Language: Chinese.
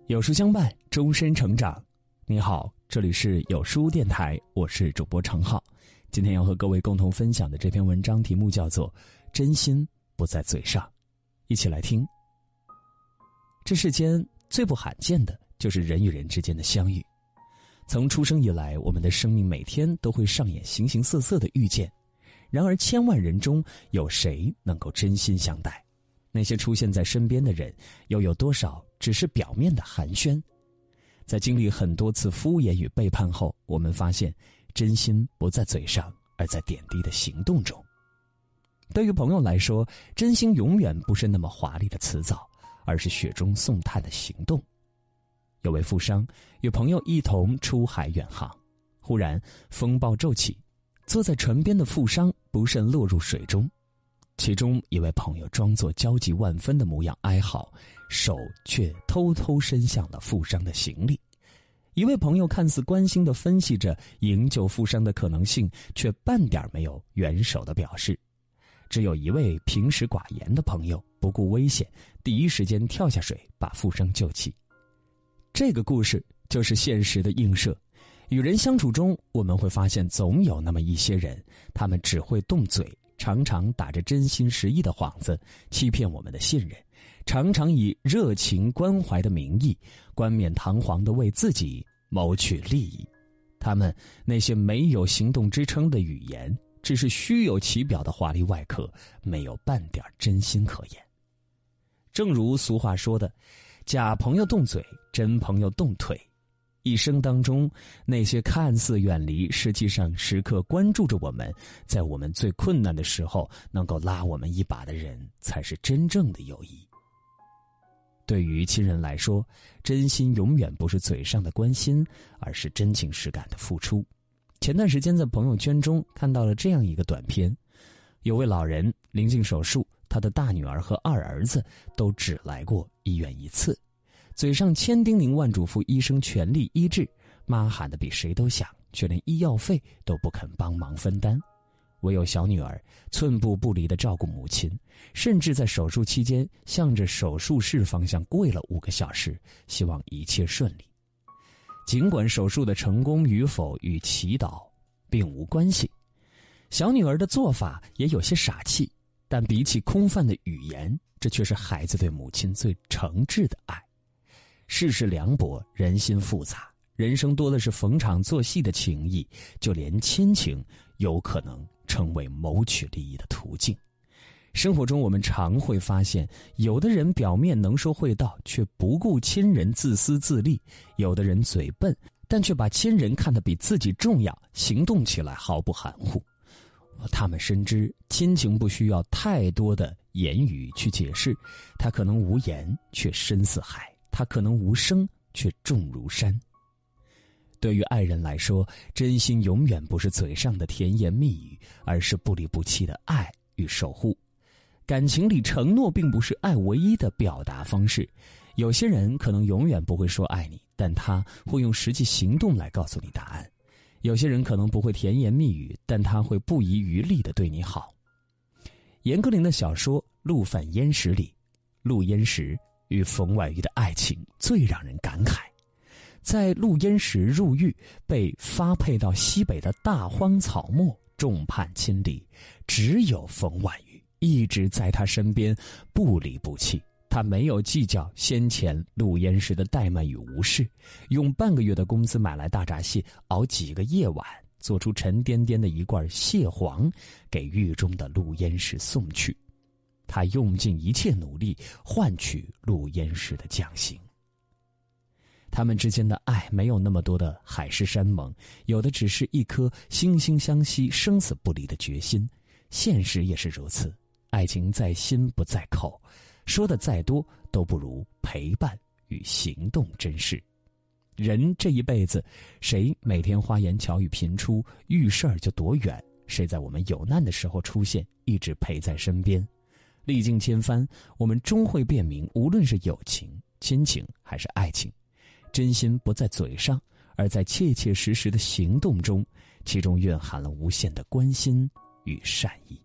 有书相伴，终身成长。你好，这里是有书电台，我是主播程浩。今天要和各位共同分享的这篇文章题目叫做《真心不在嘴上》，一起来听。这世间最不罕见的就是人与人之间的相遇。从出生以来，我们的生命每天都会上演形形色色的遇见，然而千万人中有谁能够真心相待？那些出现在身边的人，又有多少只是表面的寒暄？在经历很多次敷衍与背叛后，我们发现真心不在嘴上，而在点滴的行动中。对于朋友来说，真心永远不是那么华丽的辞藻，而是雪中送炭的行动。有位富商与朋友一同出海远航，忽然风暴骤起，坐在船边的富商不慎落入水中。其中一位朋友装作焦急万分的模样哀嚎，手却偷偷伸向了富商的行李。一位朋友看似关心地分析着营救富商的可能性，却半点没有援手的表示。只有一位平时寡言的朋友不顾危险，第一时间跳下水把富商救起。这个故事就是现实的映射。与人相处中，我们会发现总有那么一些人，他们只会动嘴，常常打着真心实意的幌子欺骗我们的信任，常常以热情关怀的名义冠冕堂皇地为自己谋取利益。他们那些没有行动支撑的语言，只是虚有其表的华丽外壳，没有半点真心可言。正如俗话说的，假朋友动嘴，真朋友动腿。一生当中，那些看似远离，实际上时刻关注着我们，在我们最困难的时候能够拉我们一把的人，才是真正的友谊。对于亲人来说，真心永远不是嘴上的关心，而是真情实感的付出。前段时间在朋友圈中看到了这样一个短片，有位老人临近手术，他的大女儿和二儿子都只来过医院一次，嘴上千叮咛万嘱咐医生全力医治，妈喊得比谁都响，却连医药费都不肯帮忙分担。唯有小女儿寸步不离地照顾母亲，甚至在手术期间向着手术室方向跪了5个小时，希望一切顺利。尽管手术的成功与否与祈祷并无关系，小女儿的做法也有些傻气，但比起空泛的语言，这却是孩子对母亲最诚挚的爱。世事凉薄，人心复杂，人生多的是逢场作戏的情谊，就连亲情有可能成为谋取利益的途径。生活中我们常会发现，有的人表面能说会道，却不顾亲人，自私自利；有的人嘴笨，但却把亲人看得比自己重要，行动起来毫不含糊。他们深知亲情不需要太多的言语去解释，它可能无言却深似海，它可能无声却重如山。对于爱人来说，真心永远不是嘴上的甜言蜜语，而是不离不弃的爱与守护。感情里承诺并不是爱唯一的表达方式，有些人可能永远不会说爱你，但他会用实际行动来告诉你答案。有些人可能不会甜言蜜语，但他会不遗余力地对你好。严歌苓的小说《陆犯焉识》里，陆焉识与冯婉瑜的爱情最让人感慨。在陆焉识入狱，被发配到西北的大荒草漠，众叛亲离，只有冯婉瑜一直在他身边不离不弃。他没有计较先前陆焉识的怠慢与无视，用半个月的工资买来大闸蟹，熬几个夜晚，做出沉甸甸的一罐蟹黄，给狱中的陆焉识送去。他用尽一切努力换取陆焉识的降刑。他们之间的爱没有那么多的海誓山盟，有的只是一颗惺惺相惜、生死不离的决心。现实也是如此，爱情在心不在口，说的再多都不如陪伴与行动真实。人这一辈子，谁每天花言巧语频出，遇事儿就躲远？谁在我们有难的时候出现，一直陪在身边？历尽千帆，我们终会辨明，无论是友情、亲情还是爱情，真心不在嘴上，而在切切实实的行动中，其中蕴含了无限的关心与善意。